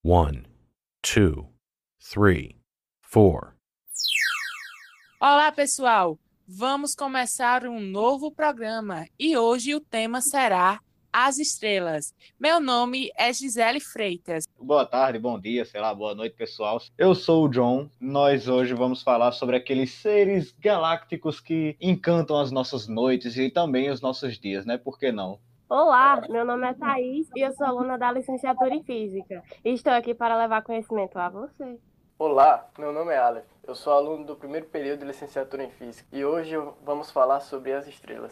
One, two, three, four. Olá, pessoal! Vamos começar um novo programa e hoje o tema será As Estrelas. Meu nome é Gisele Freitas. Boa tarde, bom dia, sei lá, boa noite, pessoal. Eu sou o John. Nós hoje vamos falar sobre aqueles seres galácticos que encantam as nossas noites e também os nossos dias, né? Por que não? Olá, meu nome é Thaís e eu sou aluna da licenciatura em Física. E estou aqui para levar conhecimento a você. Olá, meu nome é Aleph. Eu sou aluno do primeiro período de licenciatura em Física e hoje vamos falar sobre as estrelas.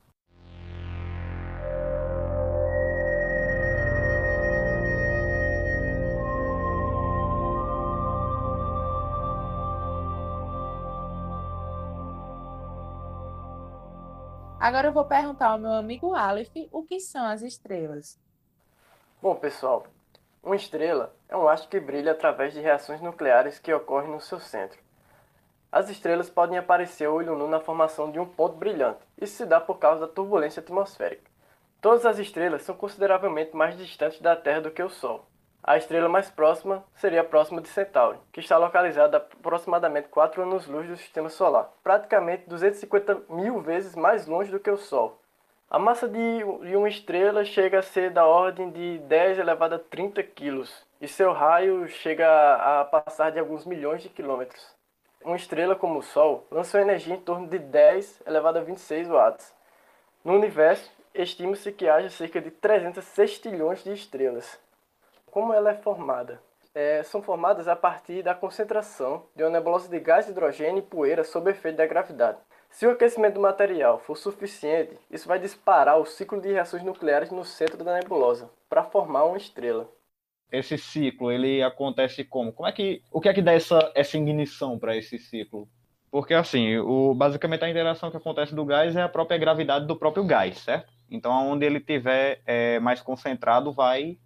Agora eu vou perguntar ao meu amigo Aleph o que são as estrelas. Bom, pessoal, uma estrela é um astro que brilha através de reações nucleares que ocorrem no seu centro. As estrelas podem aparecer a olho nu na formação de um ponto brilhante. Isso se dá por causa da turbulência atmosférica. Todas as estrelas são consideravelmente mais distantes da Terra do que o Sol. A estrela mais próxima seria a Próxima de Centauro, que está localizada a aproximadamente 4 anos-luz do Sistema Solar, praticamente 250 mil vezes mais longe do que o Sol. A massa de uma estrela chega a ser da ordem de 10 elevado a 30 quilos, e seu raio chega a passar de alguns milhões de quilômetros. Uma estrela como o Sol lança uma energia em torno de 10 elevado a 26 watts. No universo, estima-se que haja cerca de 300 sextilhões de estrelas. Como ela é formada? São formadas a partir da concentração de uma nebulosa de gás, hidrogênio e poeira sob efeito da gravidade. Se o aquecimento do material for suficiente, isso vai disparar o ciclo de reações nucleares no centro da nebulosa, para formar uma estrela. Esse ciclo, ele acontece como? O que é que dá essa ignição para esse ciclo? Porque, assim, basicamente a interação que acontece do gás é a própria gravidade do próprio gás, certo? Então, onde ele estiver mais concentrado, vai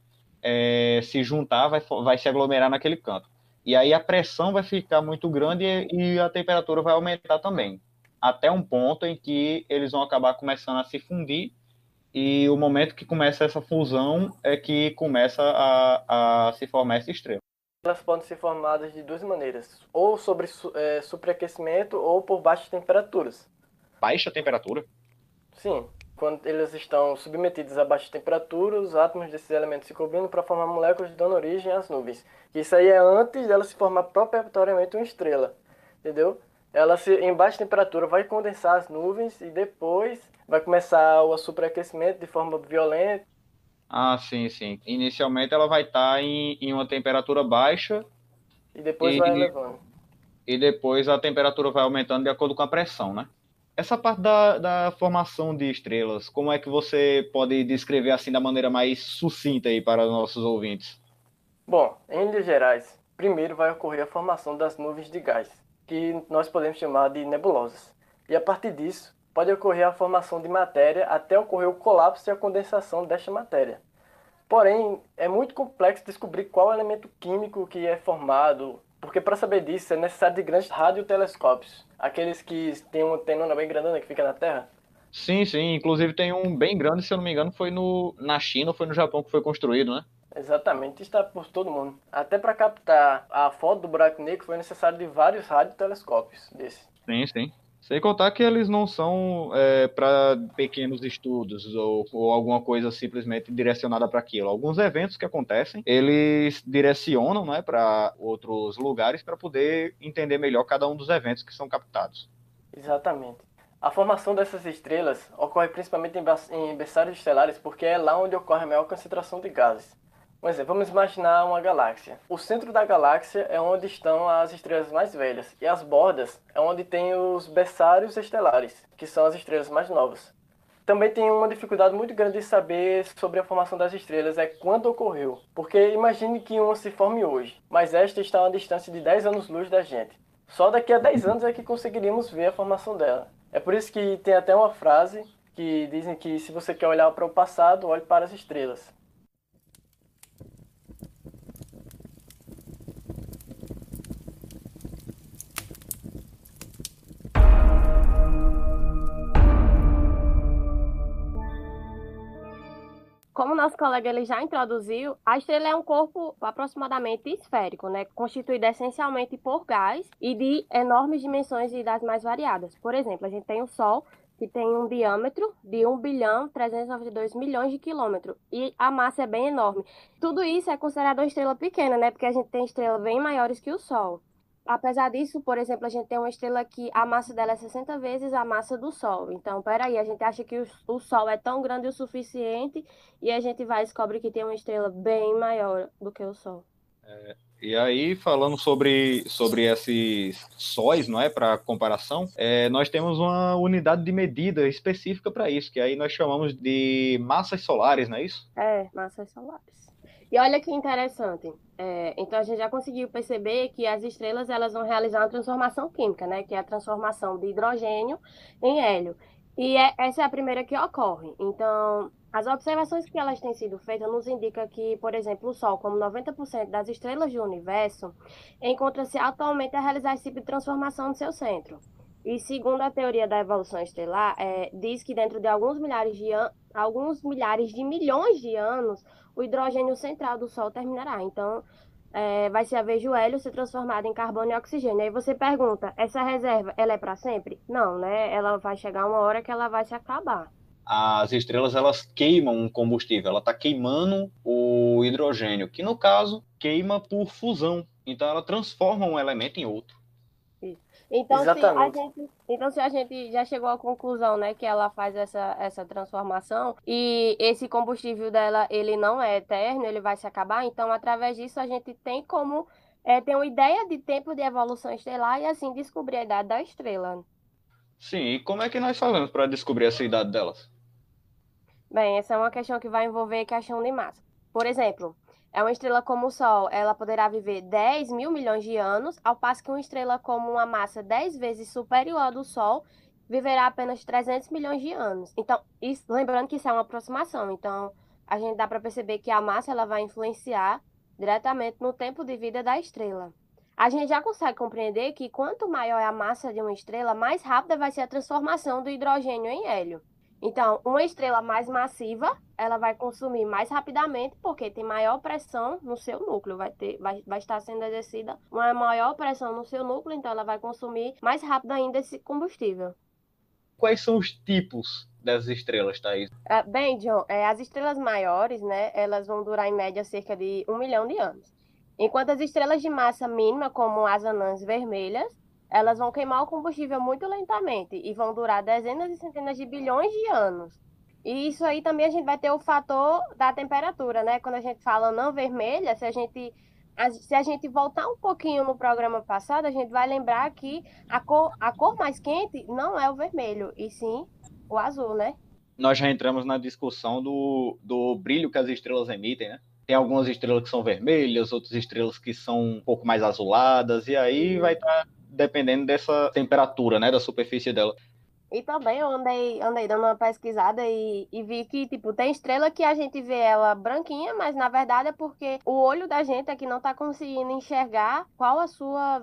se juntar, vai se aglomerar naquele canto. E aí a pressão vai ficar muito grande e a temperatura vai aumentar também, até um ponto em que eles vão acabar começando a se fundir, e o momento que começa essa fusão é que começa a se formar essa estrela. Elas podem ser formadas de duas maneiras, ou sobre superaquecimento ou por baixas temperaturas. Baixa temperatura? Sim, quando eles estão submetidos a baixa temperatura, os átomos desses elementos se combinam para formar moléculas dando origem às nuvens. Isso aí é antes dela se formar proprietoriamente uma estrela, entendeu? Em baixa temperatura vai condensar as nuvens e depois vai começar o superaquecimento de forma violenta. Ah, sim, sim. Inicialmente ela vai estar em uma temperatura baixa E depois vai elevando. E depois a temperatura vai aumentando de acordo com a pressão, né? Essa parte da formação de estrelas, como é que você pode descrever assim da maneira mais sucinta aí para os nossos ouvintes? Bom, em linhas gerais, primeiro vai ocorrer a formação das nuvens de gás, que nós podemos chamar de nebulosas. E a partir disso, pode ocorrer a formação de matéria até ocorrer o colapso e a condensação desta matéria. Porém, é muito complexo descobrir qual elemento químico que é formado, porque para saber disso é necessário de grandes radiotelescópios, aqueles que têm uma antena bem grandona que fica na Terra. Sim, sim. Inclusive tem um bem grande, se eu não me engano, foi na China ou foi no Japão que foi construído, né? Exatamente, está por todo mundo. Até para captar a foto do buraco negro foi necessário de vários radiotelescópios desses. Sim, sim. Sem contar que eles não são para pequenos estudos ou alguma coisa simplesmente direcionada para aquilo. Alguns eventos que acontecem, eles direcionam, né, para outros lugares para poder entender melhor cada um dos eventos que são captados. Exatamente. A formação dessas estrelas ocorre principalmente em berçários estelares porque é lá onde ocorre a maior concentração de gases. Por exemplo, vamos imaginar uma galáxia. O centro da galáxia é onde estão as estrelas mais velhas, e as bordas é onde tem os berçários estelares, que são as estrelas mais novas. Também tem uma dificuldade muito grande de saber sobre a formação das estrelas, é quando ocorreu. Porque imagine que uma se forme hoje, mas esta está a uma distância de 10 anos-luz da gente. Só daqui a 10 anos é que conseguiríamos ver a formação dela. É por isso que tem até uma frase que dizem que se você quer olhar para o passado, olhe para as estrelas. Como nosso colega ele já introduziu, a estrela é um corpo aproximadamente esférico, né? Constituído essencialmente por gás e de enormes dimensões e das mais variadas. Por exemplo, a gente tem o Sol, que tem um diâmetro de 1.392 bilhões de quilômetros, e a massa é bem enorme. Tudo isso é considerado uma estrela pequena, né? Porque a gente tem estrelas bem maiores que o Sol. Apesar disso, por exemplo, a gente tem uma estrela que a massa dela é 60 vezes a massa do Sol. Então, peraí, a gente acha que o Sol é tão grande o suficiente e a gente vai descobrir que tem uma estrela bem maior do que o Sol. E aí, falando sobre esses sóis, não é, para comparação, nós temos uma unidade de medida específica para isso, que aí nós chamamos de massas solares, não é isso? Massas solares. E olha que interessante. Então a gente já conseguiu perceber que as estrelas elas vão realizar uma transformação química, né? Que é a transformação de hidrogênio em hélio. E essa é a primeira que ocorre. Então, as observações que elas têm sido feitas nos indicam que, por exemplo, o Sol, como 90% das estrelas do universo, encontra-se atualmente a realizar esse tipo de transformação no seu centro. E segundo a teoria da evolução estelar, diz que dentro de alguns milhares de milhões de anos, o hidrogênio central do Sol terminará. Então, vai ser a vez do hélio ser transformado em carbono e oxigênio. Aí você pergunta, essa reserva, ela é para sempre? Não, né? Ela vai chegar uma hora que ela vai se acabar. As estrelas, elas queimam um combustível, ela está queimando o hidrogênio, que no caso, queima por fusão. Então, ela transforma um elemento em outro. Então, Exatamente. se a gente já chegou à conclusão, né, que ela faz essa transformação e esse combustível dela, ele não é eterno, ele vai se acabar, então, através disso, a gente tem como ter uma ideia de tempo de evolução estelar e, assim, descobrir a idade da estrela. Sim, e como é que nós fazemos para descobrir essa idade delas? Bem, essa é uma questão que vai envolver questão de massa. Por exemplo, uma estrela como o Sol, ela poderá viver 10 mil milhões de anos, ao passo que uma estrela com uma massa 10 vezes superior à do Sol viverá apenas 300 milhões de anos. Então, lembrando que isso é uma aproximação, então a gente dá para perceber que a massa ela vai influenciar diretamente no tempo de vida da estrela. A gente já consegue compreender que quanto maior é a massa de uma estrela, mais rápida vai ser a transformação do hidrogênio em hélio. Então, uma estrela mais massiva, ela vai consumir mais rapidamente, porque tem maior pressão no seu núcleo, vai estar sendo exercida uma maior pressão no seu núcleo, então ela vai consumir mais rápido ainda esse combustível. Quais são os tipos dessas estrelas, Thaís? Bem, John, as estrelas maiores, né, elas vão durar em média cerca de 1 milhão de anos. Enquanto as estrelas de massa mínima, como as anãs vermelhas, elas vão queimar o combustível muito lentamente e vão durar dezenas e centenas de bilhões de anos. E isso aí também a gente vai ter o fator da temperatura, né? Quando a gente fala anã vermelha, se a gente voltar um pouquinho no programa passado, a gente vai lembrar que a cor mais quente não é o vermelho, e sim o azul, né? Nós já entramos na discussão do brilho que as estrelas emitem, né? Tem algumas estrelas que são vermelhas, outras estrelas que são um pouco mais azuladas, e aí vai estar dependendo dessa temperatura, né, da superfície dela. E também eu andei dando uma pesquisada e vi que, tipo, tem estrela que a gente vê ela branquinha, mas na verdade é porque o olho da gente é que não está conseguindo enxergar qual a sua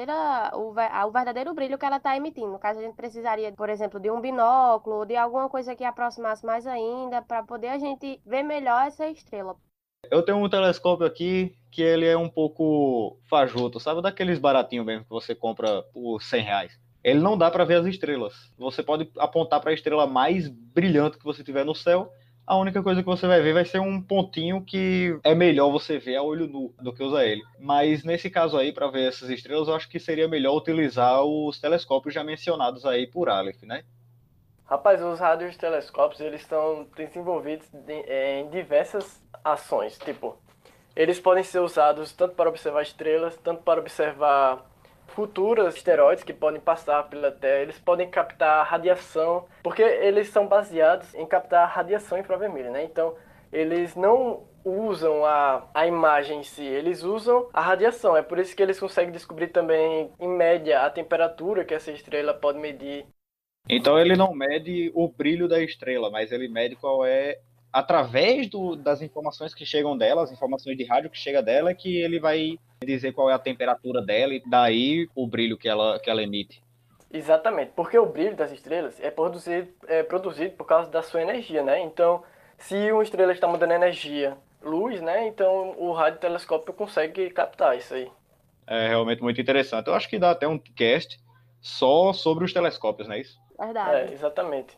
o verdadeiro brilho que ela está emitindo. No caso, a gente precisaria, por exemplo, de um binóculo, de alguma coisa que aproximasse mais ainda, para poder a gente ver melhor essa estrela. Eu tenho um telescópio aqui que ele é um pouco fajuto, sabe? Daqueles baratinhos mesmo que você compra por R$ 100. Ele não dá para ver as estrelas. Você pode apontar para a estrela mais brilhante que você tiver no céu. A única coisa que você vai ver vai ser um pontinho que é melhor você ver a olho nu do que usar ele. Mas nesse caso aí, para ver essas estrelas, eu acho que seria melhor utilizar os telescópios já mencionados aí por Aleph, né? Rapaz, os radiotelescópios, eles estão desenvolvidos em diversas ações. Tipo, eles podem ser usados tanto para observar estrelas, tanto para observar futuros asteroides que podem passar pela Terra. Eles podem captar radiação, porque eles são baseados em captar radiação infravermelha, né? Então, eles não usam a imagem em si, eles usam a radiação. É por isso que eles conseguem descobrir também, em média, a temperatura que essa estrela pode medir. Então ele não mede o brilho da estrela, mas ele mede qual é, através das informações que chegam dela, as informações de rádio que chega dela, que ele vai dizer qual é a temperatura dela e daí o brilho que ela emite. Exatamente, porque o brilho das estrelas é produzido por causa da sua energia, né? Então, Se uma estrela está mandando energia, luz, né? Então o radiotelescópio consegue captar isso aí. É realmente muito interessante. Eu acho que dá até um cast só sobre os telescópios, não é isso? Verdade. Exatamente.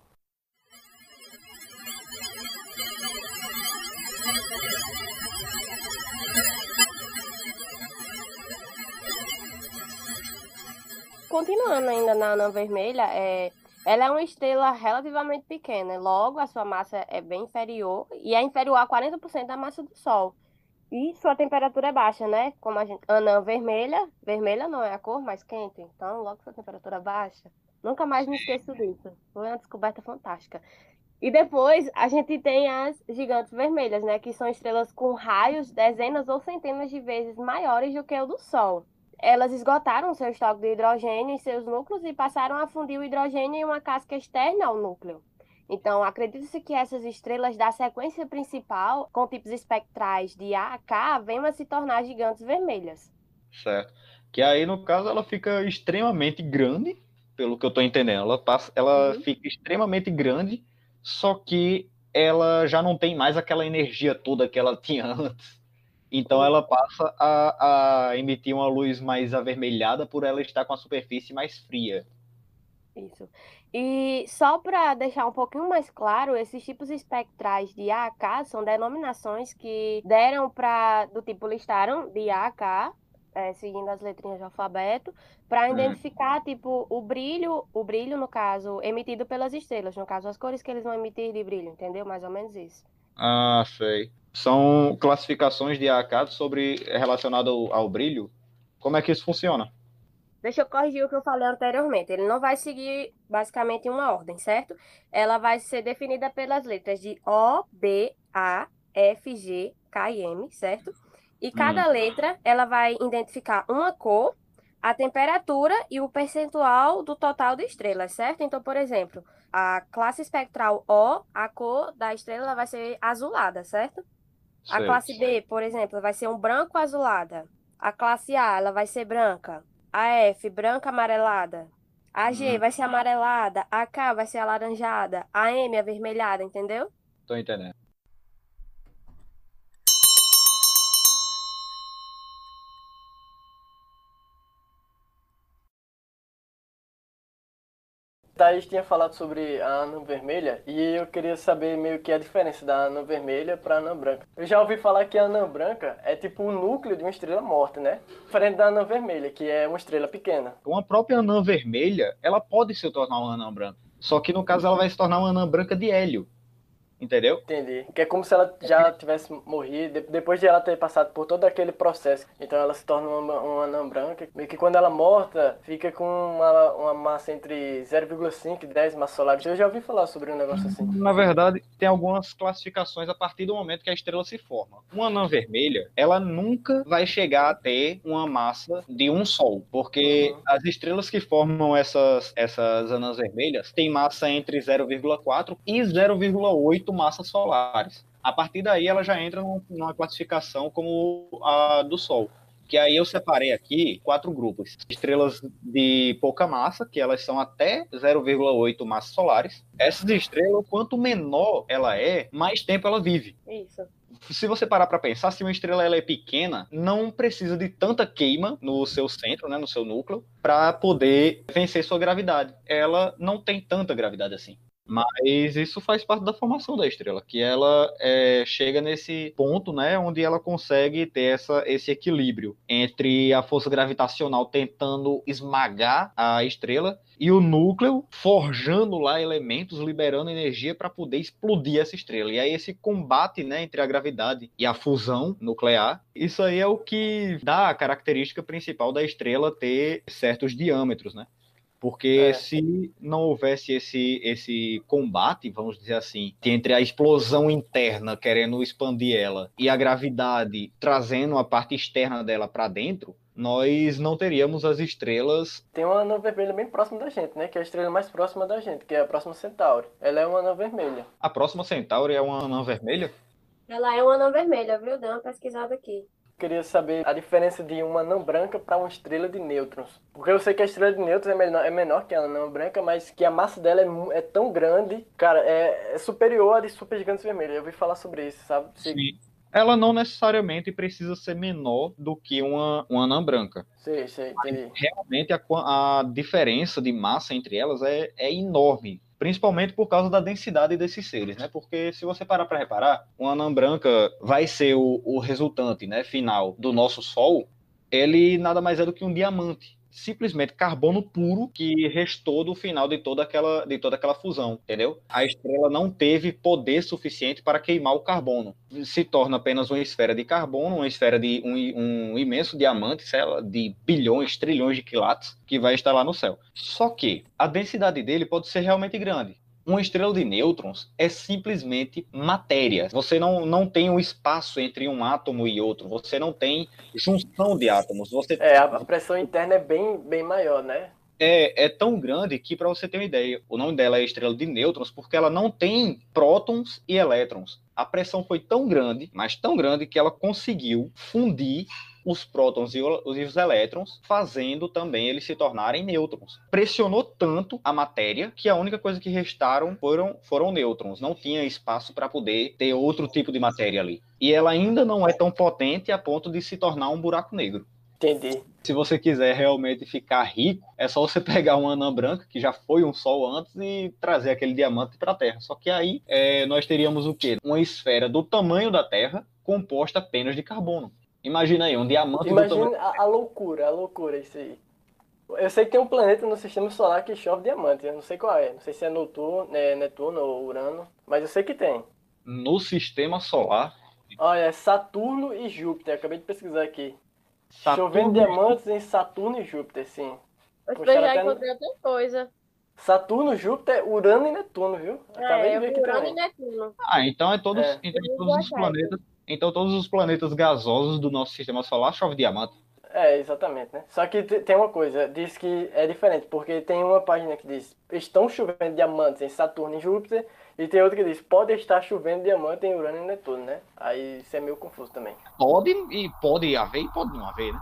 Continuando ainda na anã vermelha, ela é uma estrela relativamente pequena, logo a sua massa é bem inferior e é inferior a 40% da massa do Sol. E sua temperatura é baixa, né? Como a gente, anã vermelha, vermelha não é a cor mais quente, então logo sua temperatura é baixa. Nunca mais me esqueço disso. Foi uma descoberta fantástica. E depois a gente tem as gigantes vermelhas, né? Que são estrelas com raios dezenas ou centenas de vezes maiores do que o do Sol. Elas esgotaram seu estoque de hidrogênio em seus núcleos e passaram a fundir o hidrogênio em uma casca externa ao núcleo. Então, acredita-se que essas estrelas da sequência principal, com tipos espectrais de A a K, venham a se tornar gigantes vermelhas. Certo. Que aí, no caso, ela fica extremamente grande, pelo que eu estou entendendo. Ela fica extremamente grande, só que ela já não tem mais aquela energia toda que ela tinha antes. Então ela passa a emitir uma luz mais avermelhada por ela estar com a superfície mais fria. Isso. E só para deixar um pouquinho mais claro, esses tipos espectrais de A a K são denominações que deram para, do tipo, listaram de A a K, seguindo as letrinhas do alfabeto, para identificar, tipo, o brilho, no caso, emitido pelas estrelas, no caso, as cores que eles vão emitir de brilho, entendeu? Mais ou menos isso. Ah, sei. São classificações de AKs relacionado ao brilho. Como é que isso funciona? Deixa eu corrigir o que eu falei anteriormente. Ele não vai seguir basicamente uma ordem, certo? Ela vai ser definida pelas letras de O, B, A, F, G, K e M, certo? E cada letra ela vai identificar uma cor, a temperatura e o percentual do total de estrelas, certo? Então, por exemplo, a classe espectral O, a cor da estrela ela vai ser azulada, certo? A Sei. classe B, por exemplo, vai ser um branco azulada. A classe A, ela vai ser branca. A F, branca amarelada. A G vai ser amarelada. A K vai ser alaranjada. A M, avermelhada, entendeu? Tô entendendo. Thaís tinha falado sobre a anã vermelha e eu queria saber meio que a diferença da anã vermelha para a anã branca. Eu já ouvi falar que a anã branca é tipo o núcleo de uma estrela morta, né? Diferente da anã vermelha, que é uma estrela pequena. Uma própria anã vermelha, ela pode se tornar uma anã branca. Só que no caso ela vai se tornar uma anã branca de hélio. Entendeu? Entendi. Que é como se ela já tivesse morrido, depois de ela ter passado por todo aquele processo. Então ela se torna uma anã branca. Meio que quando ela é morta, fica com uma massa entre 0,5 e 10 massas solares. Eu já ouvi falar sobre um negócio assim. Na verdade, tem algumas classificações a partir do momento que a estrela se forma. Uma anã vermelha, ela nunca vai chegar a ter uma massa de um Sol, porque as estrelas que formam essas anãs vermelhas têm massa entre 0,4 e 0,8 massas solares. A partir daí, ela já entra numa classificação como a do Sol. Que aí eu separei aqui 4 grupos. Estrelas de pouca massa, que elas são até 0,8 massas solares. Essas estrelas, quanto menor ela é, mais tempo ela vive. Isso. Se você parar para pensar, se uma estrela ela é pequena, não precisa de tanta queima no seu centro, né, no seu núcleo, para poder vencer sua gravidade. Ela não tem tanta gravidade assim. Mas isso faz parte da formação da estrela, que ela chega nesse ponto, né, onde ela consegue ter esse equilíbrio entre a força gravitacional tentando esmagar a estrela e o núcleo forjando lá elementos, liberando energia para poder explodir essa estrela. E aí esse combate, né, entre a gravidade e a fusão nuclear, isso aí é o que dá a característica principal da estrela ter certos diâmetros, né? Porque se não houvesse esse combate, vamos dizer assim, entre a explosão interna querendo expandir ela e a gravidade trazendo a parte externa dela para dentro, nós não teríamos as estrelas. Tem uma anã vermelha bem próxima da gente, né? Que é a estrela mais próxima da gente, que é a Próxima Centauri. Ela é uma anã vermelha. A Próxima Centauri é uma anã vermelha? Ela é uma anã vermelha, viu? Dá uma pesquisada aqui. Queria saber a diferença de uma anã branca para uma estrela de nêutrons. Porque eu sei que a estrela de nêutrons é menor que a anã branca, mas que a massa dela é tão grande, cara, é superior à de supergigantes vermelhas. Eu ouvi falar sobre isso, sabe? Sim. Ela não necessariamente precisa ser menor do que uma anã branca. Sei, entendi. Realmente a diferença de massa entre elas é enorme. Principalmente por causa da densidade desses seres, né? Porque se você parar para reparar, uma anã branca vai ser o resultante, né, final do nosso Sol. Ele nada mais é do que um diamante. Simplesmente carbono puro que restou do final de toda aquela fusão, entendeu? A estrela não teve poder suficiente para queimar o carbono. Se torna apenas uma esfera de carbono, uma esfera de um imenso diamante, sei lá, de bilhões, trilhões de quilates, que vai estar lá no céu. Só que a densidade dele pode ser realmente grande. Uma estrela de nêutrons é simplesmente matéria. Você não tem um espaço entre um átomo e outro. Você não tem junção de átomos. A pressão interna é bem maior, né? É tão grande que, para você ter uma ideia, o nome dela é estrela de nêutrons porque ela não tem prótons e elétrons. A pressão foi tão grande, mas tão grande, que ela conseguiu fundir os prótons e os elétrons, fazendo também eles se tornarem nêutrons. Pressionou tanto a matéria que a única coisa que restaram foram nêutrons. Não tinha espaço para poder ter outro tipo de matéria ali. E ela ainda não é tão potente a ponto de se tornar um buraco negro. Entendi. Se você quiser realmente ficar rico, é só você pegar uma anã branca, que já foi um Sol antes, e trazer aquele diamante para a Terra. Só que aí nós teríamos o quê? Uma esfera do tamanho da Terra, composta apenas de carbono. Imagina aí, um diamante do tamanho... Imagina a loucura isso aí. Eu sei que tem um planeta no sistema solar que chove diamante, eu não sei qual é. Não sei se é Netuno ou Urano, mas eu sei que tem. No sistema solar... Olha, é Saturno e Júpiter, acabei de pesquisar aqui. Saturno... Chovendo diamantes em Saturno e Júpiter, sim. Mas eu já encontrei outra coisa. Saturno, Júpiter, Urano e Netuno, viu? Acabei de ver aqui Urano também. e Netuno. Então todos os planetas... Então todos os planetas gasosos do nosso sistema solar chovem diamante. Exatamente, né? Só que tem uma coisa, diz que é diferente, porque tem uma página que diz estão chovendo diamantes em Saturno e Júpiter, e tem outra que diz pode estar chovendo diamante em Urano e Netuno, né? Aí isso é meio confuso também. Pode haver e pode não haver, né?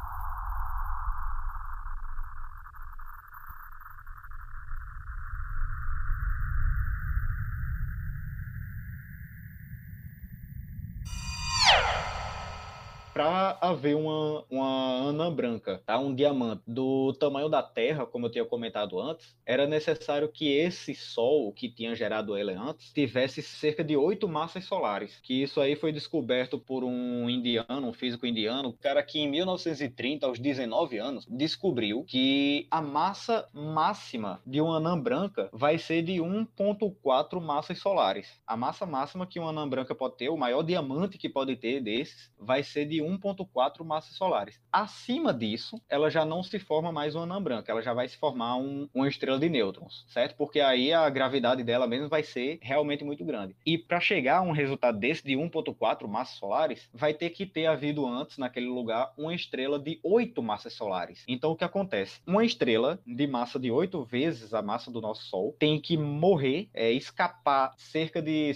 Para haver uma anã branca, tá? Um diamante do tamanho da Terra, como eu tinha comentado antes, era necessário que esse Sol que tinha gerado ele antes tivesse cerca de 8 massas solares. Que isso aí foi descoberto por um físico indiano, um cara que em 1930, aos 19 anos, descobriu que a massa máxima de uma anã branca vai ser de 1,4 massas solares. A massa máxima que uma anã branca pode ter, o maior diamante que pode ter desses, vai ser de 1,4 massas solares. Acima disso, ela já não se forma mais uma anã branca, ela já vai se formar uma estrela de nêutrons, certo? Porque aí a gravidade dela mesmo vai ser realmente muito grande. E para chegar a um resultado desse de 1,4 massas solares, vai ter que ter havido antes, naquele lugar, uma estrela de 8 massas solares. Então o que acontece? Uma estrela de massa de 8 vezes a massa do nosso Sol tem que morrer, escapar cerca de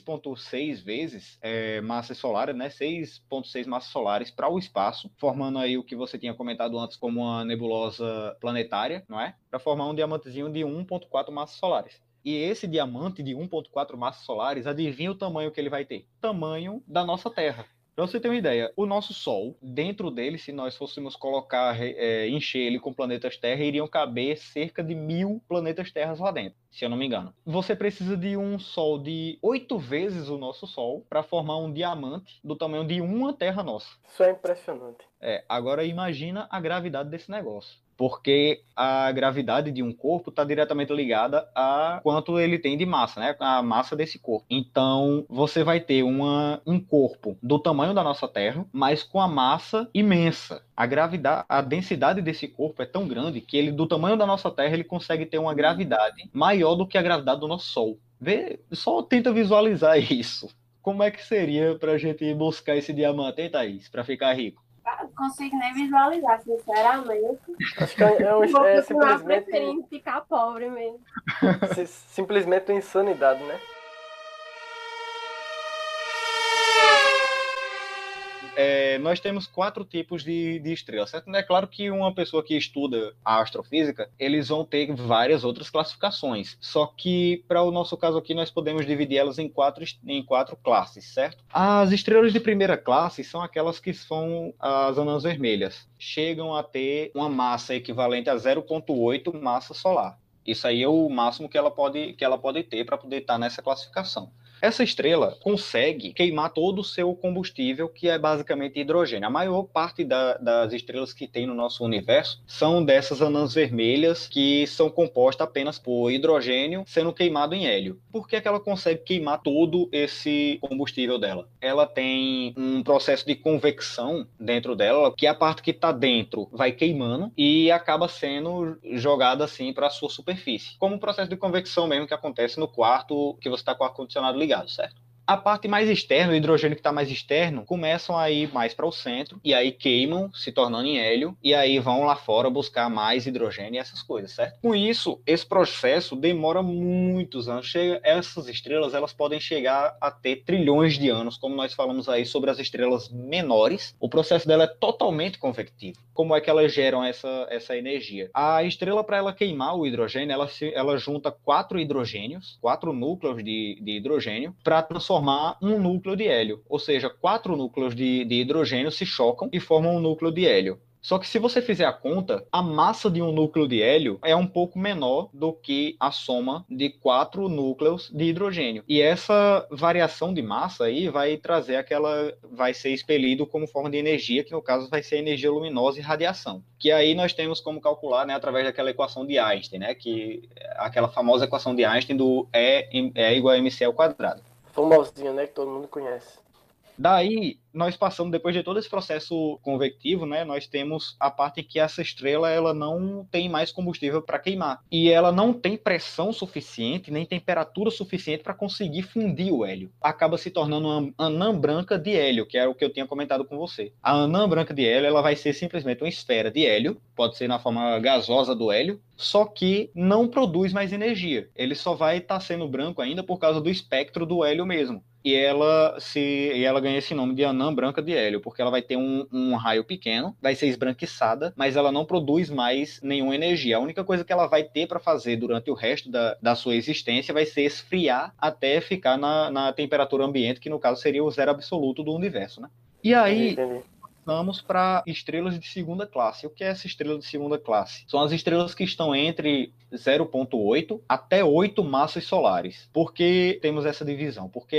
6,6 vezes massas solares, né? 6,6 massas solares para o espaço, formando aí o que você tinha comentado antes como uma nebulosa planetária, não é? Para formar um diamantezinho de 1,4 massas solares. E esse diamante de 1,4 massas solares, adivinha o tamanho que ele vai ter? Tamanho da nossa Terra. Para você ter uma ideia, o nosso Sol, dentro dele, se nós fôssemos colocar, encher ele com planetas Terra, iriam caber cerca de 1.000 planetas Terras lá dentro, se eu não me engano. Você precisa de um Sol de 8 vezes o nosso Sol para formar um diamante do tamanho de uma Terra nossa. Isso é impressionante. Agora imagina a gravidade desse negócio. Porque a gravidade de um corpo está diretamente ligada a quanto ele tem de massa, né? A massa desse corpo. Então, você vai ter um corpo do tamanho da nossa Terra, mas com a massa imensa. A densidade desse corpo é tão grande que ele, do tamanho da nossa Terra, ele consegue ter uma gravidade maior do que a gravidade do nosso Sol. Só tenta visualizar isso. Como é que seria para a gente buscar esse diamante, hein, Thaís? Para ficar rico? Não consigo nem visualizar, sinceramente. Acho que é simplesmente preferindo ficar pobre mesmo. Simplesmente uma insanidade, né? nós temos 4 tipos de estrelas, certo? É claro que uma pessoa que estuda a astrofísica, eles vão ter várias outras classificações. Só que, para o nosso caso aqui, nós podemos dividir elas em quatro classes, certo? As estrelas de primeira classe são aquelas que são as anãs vermelhas. Chegam a ter uma massa equivalente a 0,8 massa solar. Isso aí é o máximo que ela pode ter para poder estar nessa classificação. Essa estrela consegue queimar todo o seu combustível, que é basicamente hidrogênio. A maior parte das estrelas que tem no nosso universo são dessas anãs vermelhas, que são compostas apenas por hidrogênio sendo queimado em hélio. Por que ela consegue queimar todo esse combustível dela? Ela tem um processo de convecção dentro dela, que a parte que está dentro vai queimando e acaba sendo jogada assim para a sua superfície. Como o processo de convecção mesmo que acontece no quarto que você está com o ar-condicionado ligado. Certo? A parte mais externa, o hidrogênio que está mais externo, começam a ir mais para o centro e aí queimam, se tornando em hélio, e aí vão lá fora buscar mais hidrogênio e essas coisas, certo? Com isso, esse processo demora muitos anos. Essas estrelas, elas podem chegar a ter trilhões de anos, como nós falamos aí sobre as estrelas menores. O processo dela é totalmente convectivo. Como é que elas geram essa energia? A estrela, para ela queimar o hidrogênio, ela junta 4 hidrogênios, 4 núcleos de hidrogênio, para transformar um núcleo de hélio. Ou seja, 4 núcleos de hidrogênio se chocam e formam um núcleo de hélio. Só que se você fizer a conta, a massa de um núcleo de hélio é um pouco menor do que a soma de 4 núcleos de hidrogênio. E essa variação de massa aí vai vai ser expelido como forma de energia, que no caso vai ser energia luminosa e radiação. Que aí nós temos como calcular, né, através daquela equação de Einstein, né, que aquela famosa equação de Einstein do E igual a mc ao quadrado. Famosinho, né, que todo mundo conhece. Daí, nós passamos, depois de todo esse processo convectivo, né, nós temos a parte em que essa estrela ela não tem mais combustível para queimar. E ela não tem pressão suficiente, nem temperatura suficiente para conseguir fundir o hélio. Acaba se tornando uma anã branca de hélio, que era o que eu tinha comentado com você. A anã branca de hélio ela vai ser simplesmente uma esfera de hélio, pode ser na forma gasosa do hélio, só que não produz mais energia. Ele só vai estar sendo branco ainda por causa do espectro do hélio mesmo. E ela ganha esse nome de anã branca de hélio, porque ela vai ter um raio pequeno, vai ser esbranquiçada, mas ela não produz mais nenhuma energia. A única coisa que ela vai ter para fazer durante o resto da sua existência vai ser esfriar até ficar na temperatura ambiente, que no caso seria o zero absoluto do universo, né? E aí, Entendi. vamos para estrelas de segunda classe. O que é essa estrela de segunda classe? São as estrelas que estão entre 0,8 até 8 massas solares. Por que temos essa divisão? Porque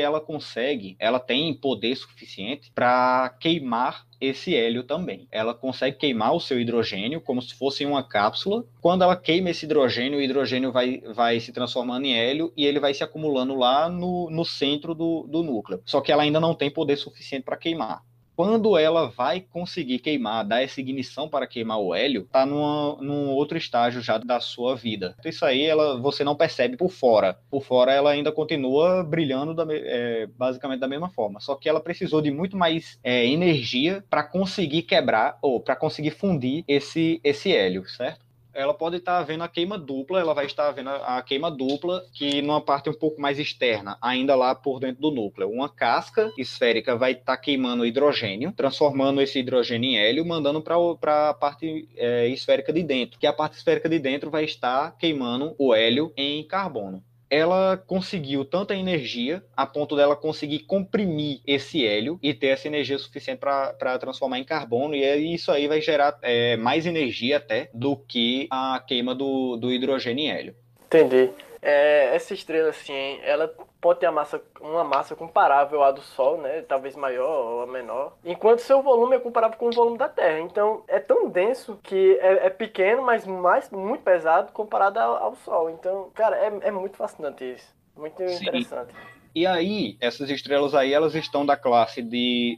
ela tem poder suficiente para queimar esse hélio também. Ela consegue queimar o seu hidrogênio como se fosse uma cápsula. Quando ela queima esse hidrogênio, o hidrogênio vai se transformando em hélio e ele vai se acumulando lá no centro do núcleo. Só que ela ainda não tem poder suficiente para queimar. Quando ela vai conseguir queimar, dar essa ignição para queimar o hélio, está num outro estágio já da sua vida. Isso aí você não percebe por fora. Por fora ela ainda continua brilhando basicamente da mesma forma. Só que ela precisou de muito mais energia para conseguir quebrar ou para conseguir fundir esse hélio, certo? Ela pode estar vendo a queima dupla, ela vai estar vendo a queima dupla, que numa parte um pouco mais externa, ainda lá por dentro do núcleo. Uma casca esférica vai estar queimando hidrogênio, transformando esse hidrogênio em hélio, mandando para a parte esférica de dentro, que a parte esférica de dentro vai estar queimando o hélio em carbono. Ela conseguiu tanta energia a ponto dela conseguir comprimir esse hélio e ter essa energia suficiente para transformar em carbono, e isso aí vai gerar mais energia até do que a queima do hidrogênio em hélio. Entendi. Essa estrela, assim, ela pode ter uma massa comparável à do Sol, né? Talvez maior ou menor. Enquanto seu volume é comparável com o volume da Terra. Então, é tão denso que é pequeno, mas muito pesado comparado ao Sol. Então, cara, é muito fascinante isso. Muito interessante. E aí, essas estrelas aí, elas estão da classe de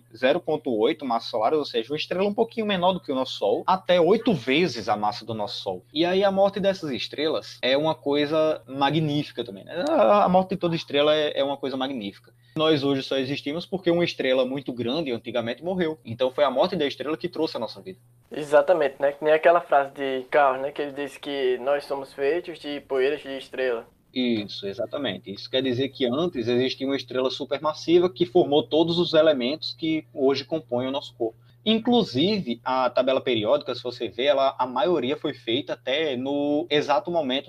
0,8 massas solares, ou seja, uma estrela um pouquinho menor do que o nosso Sol, até 8 vezes a massa do nosso Sol. E aí a morte dessas estrelas é uma coisa magnífica também, né? A morte de toda estrela é uma coisa magnífica. Nós hoje só existimos porque uma estrela muito grande antigamente morreu. Então foi a morte da estrela que trouxe a nossa vida. Exatamente, né? Que nem aquela frase de Carl, né? Que ele diz que nós somos feitos de poeiras de estrela. Isso, exatamente. Isso quer dizer que antes existia uma estrela supermassiva que formou todos os elementos que hoje compõem o nosso corpo. Inclusive, a tabela periódica, se você ver, a maioria foi feita até no exato momento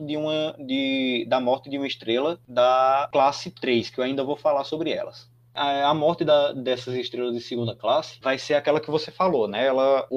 da morte de uma estrela da classe 3, que eu ainda vou falar sobre elas. A morte dessas estrelas de segunda classe vai ser aquela que você falou, né?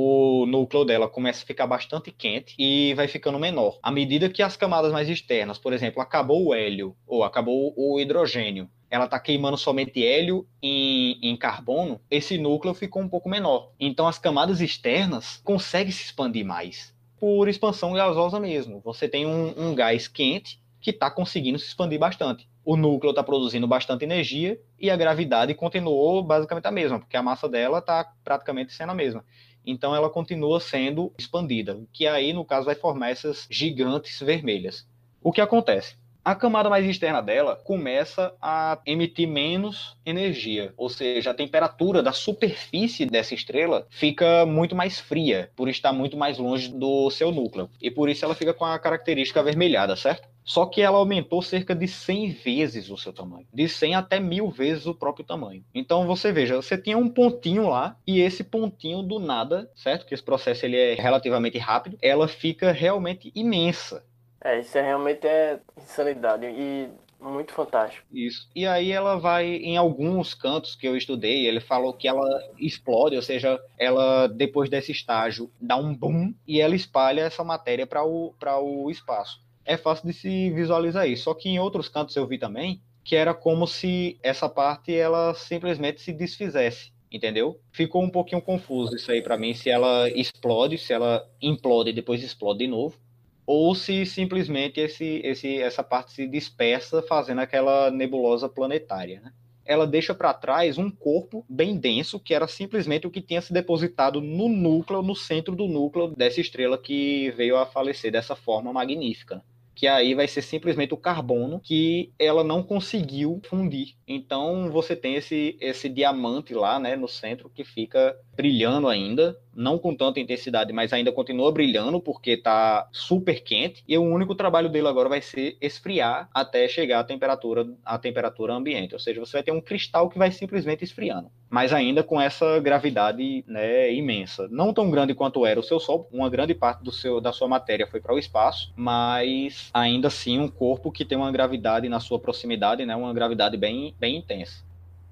O núcleo dela começa a ficar bastante quente e vai ficando menor. À medida que as camadas mais externas, por exemplo, acabou o hélio ou acabou o hidrogênio, ela está queimando somente hélio em carbono, esse núcleo ficou um pouco menor. Então as camadas externas conseguem se expandir mais, por expansão gasosa mesmo. Você tem um gás quente que está conseguindo se expandir bastante. O núcleo está produzindo bastante energia e a gravidade continuou basicamente a mesma, porque a massa dela está praticamente sendo a mesma. Então ela continua sendo expandida, que aí, no caso, vai formar essas gigantes vermelhas. O que acontece? A camada mais externa dela começa a emitir menos energia, ou seja, a temperatura da superfície dessa estrela fica muito mais fria, por estar muito mais longe do seu núcleo. E por isso ela fica com a característica avermelhada, certo? Só que ela aumentou cerca de 100 vezes o seu tamanho. De 100 até 1000 vezes o próprio tamanho. Então você veja, você tinha um pontinho lá, e esse pontinho do nada, certo? Que esse processo ele é relativamente rápido, ela fica realmente imensa. Isso realmente é insanidade e muito fantástico. Isso. E aí ela vai, em alguns cantos que eu estudei, ele falou que ela explode, ou seja, ela, depois desse estágio, dá um boom e ela espalha essa matéria para o espaço. É fácil de se visualizar isso. Só que em outros cantos eu vi também que era como se essa parte ela simplesmente se desfizesse. Entendeu? Ficou um pouquinho confuso isso aí para mim, se ela explode, se ela implode e depois explode de novo, ou se simplesmente essa parte se dispersa fazendo aquela nebulosa planetária, né? Ela deixa para trás um corpo bem denso, que era simplesmente o que tinha se depositado no núcleo, no centro do núcleo dessa estrela que veio a falecer dessa forma magnífica, que aí vai ser simplesmente o carbono que ela não conseguiu fundir. Então você tem esse diamante lá, né, no centro, que fica brilhando ainda, não com tanta intensidade, mas ainda continua brilhando porque está super quente, e o único trabalho dele agora vai ser esfriar até chegar à temperatura ambiente, ou seja, você vai ter um cristal que vai simplesmente esfriando, mas ainda com essa gravidade, né, imensa. Não tão grande quanto era o seu Sol, uma grande parte da sua matéria foi para o espaço, mas ainda assim um corpo que tem uma gravidade na sua proximidade, né, uma gravidade bem intensa.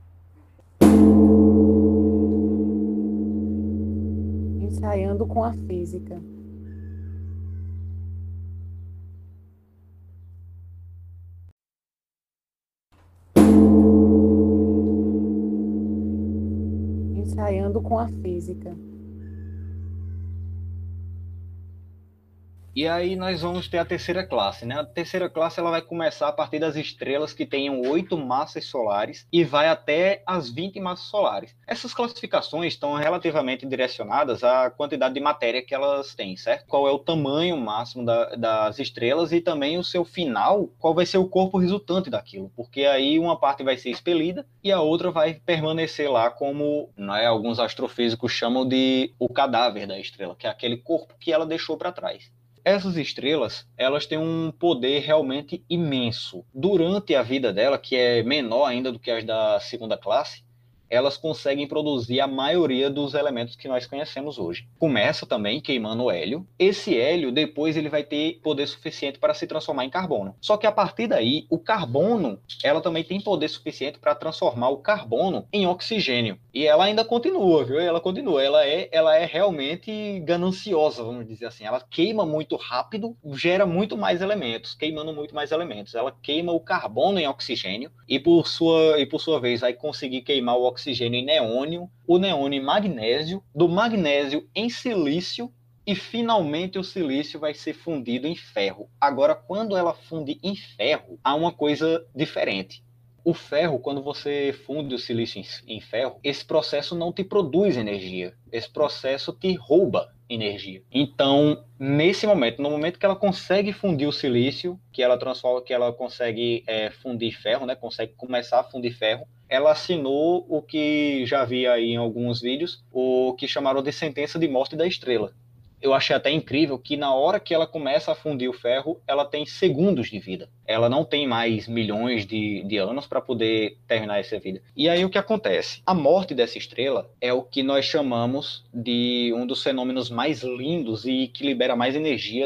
Ensaiando com a física. Ensaiando com a física. E aí nós vamos ter a terceira classe, né? A terceira classe ela vai começar a partir das estrelas que tenham 8 massas solares e vai até as 20 massas solares. Essas classificações estão relativamente direcionadas à quantidade de matéria que elas têm, certo? Qual é o tamanho máximo das estrelas e também o seu final, qual vai ser o corpo resultante daquilo, porque aí uma parte vai ser expelida e a outra vai permanecer lá como, né, alguns astrofísicos chamam de o cadáver da estrela, que é aquele corpo que ela deixou para trás. Essas estrelas, elas têm um poder realmente imenso. Durante a vida dela, que é menor ainda do que as da segunda classe, elas conseguem produzir a maioria dos elementos que nós conhecemos hoje. Começa também queimando hélio. Esse hélio, depois, ele vai ter poder suficiente para se transformar em carbono. Só que a partir daí, o carbono, ela também tem poder suficiente para transformar o carbono em oxigênio. E ela ainda continua, viu? Ela continua. Ela é realmente gananciosa, vamos dizer assim. Ela queima muito rápido, gera muito mais elementos, queimando muito mais elementos. Ela queima o carbono em oxigênio e por sua vez vai conseguir queimar o oxigênio em neônio, o neônio em magnésio, do magnésio em silício e finalmente o silício vai ser fundido em ferro. Agora, quando ela funde em ferro, há uma coisa diferente. O ferro, quando você funde o silício em ferro, esse processo não te produz energia. Esse processo te rouba energia. Então, nesse momento, no momento que ela consegue fundir o silício, que ela consegue fundir ferro, né, consegue começar a fundir ferro, ela assinou o que já vi aí em alguns vídeos, o que chamaram de sentença de morte da estrela. eu achei até incrível que na hora que ela começa a fundir o ferro, ela tem segundos de vida. Ela não tem mais milhões de anos para poder terminar essa vida. E aí o que acontece? A morte dessa estrela é o que nós chamamos de um dos fenômenos mais lindos e que libera mais energia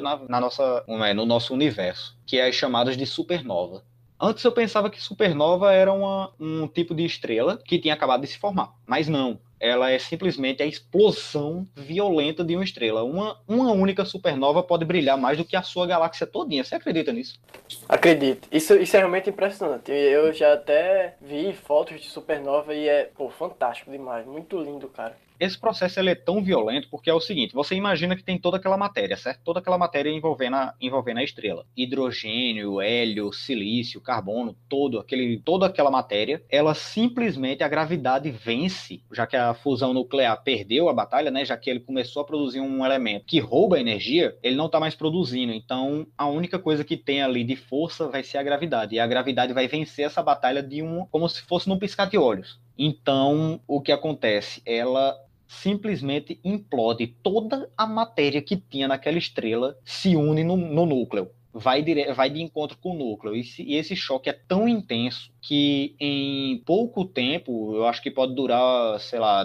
no nosso universo, que é as chamadas de supernova. Antes eu pensava que supernova era um tipo de estrela que tinha acabado de se formar, mas não. Ela é simplesmente a explosão violenta de uma estrela. Uma única supernova pode brilhar mais do que a sua galáxia todinha. Você acredita nisso? Acredito. Isso é realmente impressionante. Eu já até vi fotos de supernova e é, fantástico demais. Muito lindo, cara. Esse processo ele é tão violento porque é o seguinte, você imagina que tem toda aquela matéria, certo? Toda aquela matéria envolvendo a estrela. Hidrogênio, hélio, silício, carbono, toda aquela matéria, ela simplesmente, a gravidade vence, já que a fusão nuclear perdeu a batalha, né? Já que ele começou a produzir um elemento que rouba energia, ele não está mais produzindo. Então, a única coisa que tem ali de força vai ser a gravidade. E a gravidade vai vencer essa batalha como se fosse num piscar de olhos. Então, o que acontece? Ela simplesmente implode. Toda a matéria que tinha naquela estrela se une no núcleo. Vai de encontro com o núcleo. E esse choque é tão intenso que em pouco tempo, eu acho que pode durar, sei lá,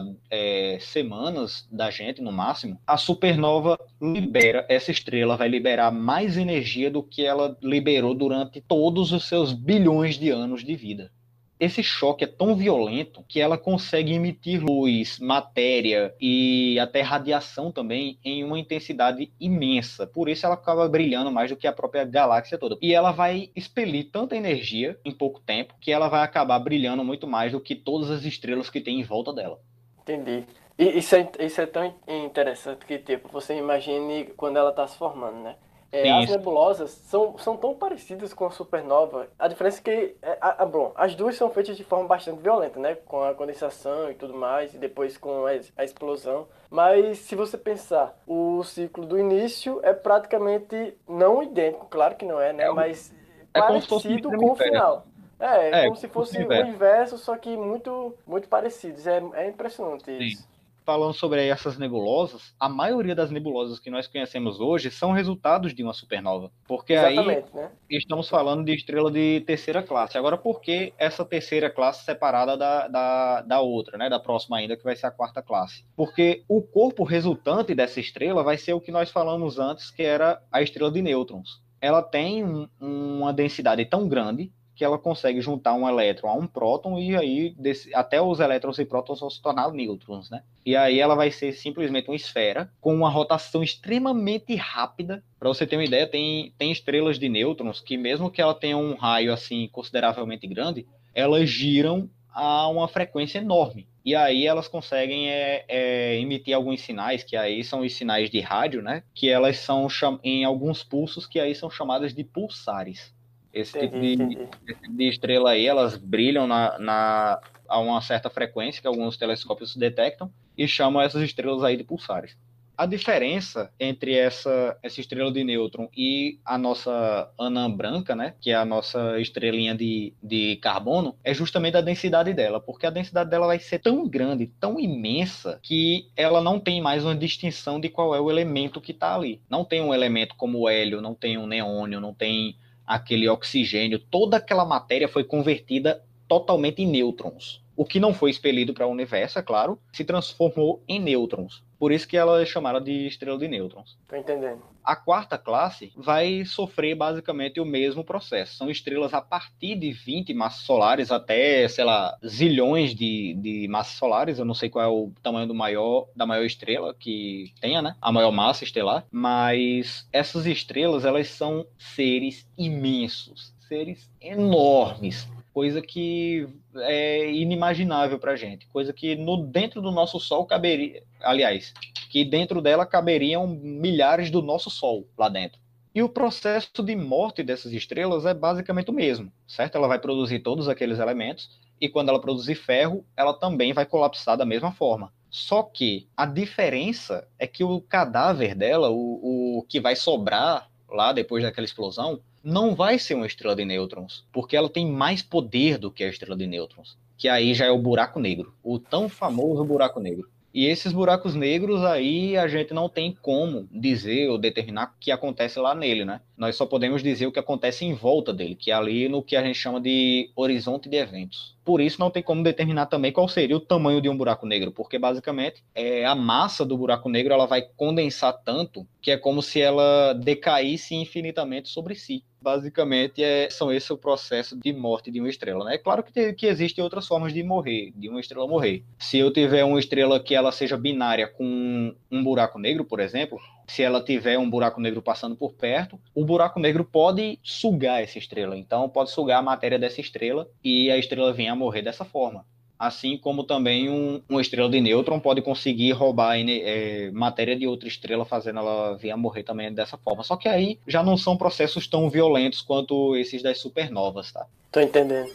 semanas da gente no máximo, a supernova essa estrela vai liberar mais energia do que ela liberou durante todos os seus bilhões de anos de vida. Esse choque é tão violento que ela consegue emitir luz, matéria e até radiação também em uma intensidade imensa. Por isso ela acaba brilhando mais do que a própria galáxia toda. E ela vai expelir tanta energia em pouco tempo que ela vai acabar brilhando muito mais do que todas as estrelas que tem em volta dela. Entendi. E isso é tão interessante que, tipo, você imagine quando ela está se formando, né? As nebulosas são tão parecidas com a supernova. A diferença é que as duas são feitas de forma bastante violenta, né? Com a condensação e tudo mais, e depois com a explosão. Mas se você pensar, o ciclo do início é praticamente não idêntico, claro que não é, né? Mas parecido com o final. Como se fosse o inverso, só que muito, muito parecidos. É impressionante isso. Sim. Falando sobre essas nebulosas, a maioria das nebulosas que nós conhecemos hoje são resultados de uma supernova. Porque exatamente, aí né? Estamos falando de estrela de terceira classe. Agora, por que essa terceira classe separada da outra, né? Da próxima ainda, que vai ser a quarta classe? Porque o corpo resultante dessa estrela vai ser o que nós falamos antes, que era a estrela de nêutrons. Ela tem uma densidade tão grande que ela consegue juntar um elétron a um próton e aí até os elétrons e prótons vão se tornar nêutrons, né? E aí ela vai ser simplesmente uma esfera com uma rotação extremamente rápida. Para você ter uma ideia, tem estrelas de nêutrons que mesmo que ela tenha um raio assim consideravelmente grande, elas giram a uma frequência enorme. E aí elas conseguem emitir alguns sinais, que aí são os sinais de rádio, né? Que elas são em alguns pulsos que aí são chamadas de pulsares. Esse tipo de estrela aí, elas brilham a uma certa frequência que alguns telescópios detectam e chamam essas estrelas aí de pulsares. A diferença entre essa estrela de nêutron e a nossa anã branca, né, que é a nossa estrelinha de carbono, é justamente a densidade dela, porque a densidade dela vai ser tão grande, tão imensa, que ela não tem mais uma distinção de qual é o elemento que está ali. Não tem um elemento como o hélio, não tem um neônio, não tem aquele oxigênio, toda aquela matéria foi convertida totalmente em nêutrons. O que não foi expelido para o universo, é claro, se transformou em nêutrons. Por isso que ela é chamada de estrela de nêutrons. Tô entendendo. A quarta classe vai sofrer basicamente o mesmo processo. São estrelas a partir de 20 massas solares até, sei lá, zilhões de massas solares. Eu não sei qual é o tamanho da maior estrela que tenha, né? A maior massa estelar. Mas essas estrelas, elas são seres imensos, seres enormes. Coisa que é inimaginável para a gente. Coisa que dentro do nosso Sol caberia... Aliás, que dentro dela caberiam milhares do nosso Sol lá dentro. E o processo de morte dessas estrelas é basicamente o mesmo, certo? Ela vai produzir todos aqueles elementos e quando ela produzir ferro, ela também vai colapsar da mesma forma. Só que a diferença é que o cadáver dela, o que vai sobrar lá depois daquela explosão, não vai ser uma estrela de nêutrons, porque ela tem mais poder do que a estrela de nêutrons, que aí já é o buraco negro, o tão famoso buraco negro. E esses buracos negros aí a gente não tem como dizer ou determinar o que acontece lá nele, né? Nós só podemos dizer o que acontece em volta dele, que é ali no que a gente chama de horizonte de eventos. Por isso não tem como determinar também qual seria o tamanho de um buraco negro, porque basicamente a massa do buraco negro ela vai condensar tanto que é como se ela decaísse infinitamente sobre si. Basicamente, são esse o processo de morte de uma estrela, né? É claro que existem outras formas de morrer, de uma estrela morrer. Se eu tiver uma estrela que ela seja binária com um buraco negro, por exemplo, se ela tiver um buraco negro passando por perto, o buraco negro pode sugar essa estrela. Então, pode sugar a matéria dessa estrela e a estrela vir a morrer dessa forma. Assim como também uma estrela de nêutron pode conseguir roubar matéria de outra estrela, fazendo ela vir a morrer também dessa forma. Só que aí já não são processos tão violentos quanto esses das supernovas, tá? Tô entendendo.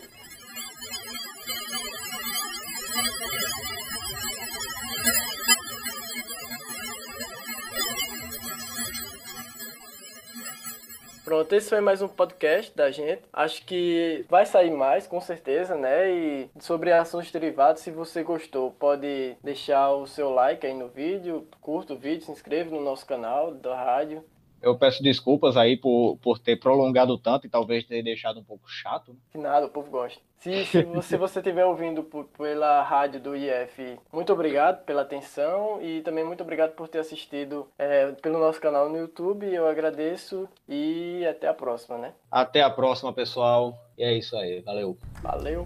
Pronto, esse foi mais um podcast da gente. Acho que vai sair mais, com certeza, né? E sobre assuntos derivados, se você gostou, pode deixar o seu like aí no vídeo, curta o vídeo, se inscreva no nosso canal da rádio. Eu peço desculpas aí por ter prolongado tanto e talvez ter deixado um pouco chato. Que nada, o povo gosta. Se você estiver ouvindo pela rádio do IF, muito obrigado pela atenção e também muito obrigado por ter assistido pelo nosso canal no YouTube. Eu agradeço e até a próxima, né? Até a próxima, pessoal. E é isso aí. Valeu. Valeu.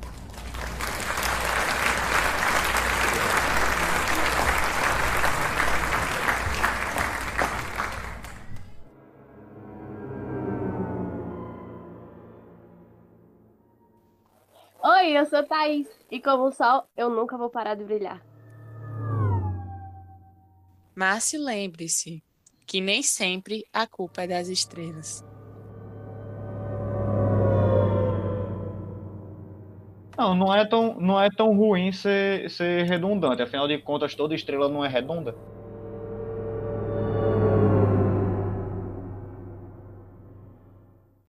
Oi, eu sou Thaís. E como o sol, eu nunca vou parar de brilhar. Mas lembre-se que nem sempre a culpa é das estrelas. Não é tão ruim ser redundante. Afinal de contas, toda estrela não é redonda.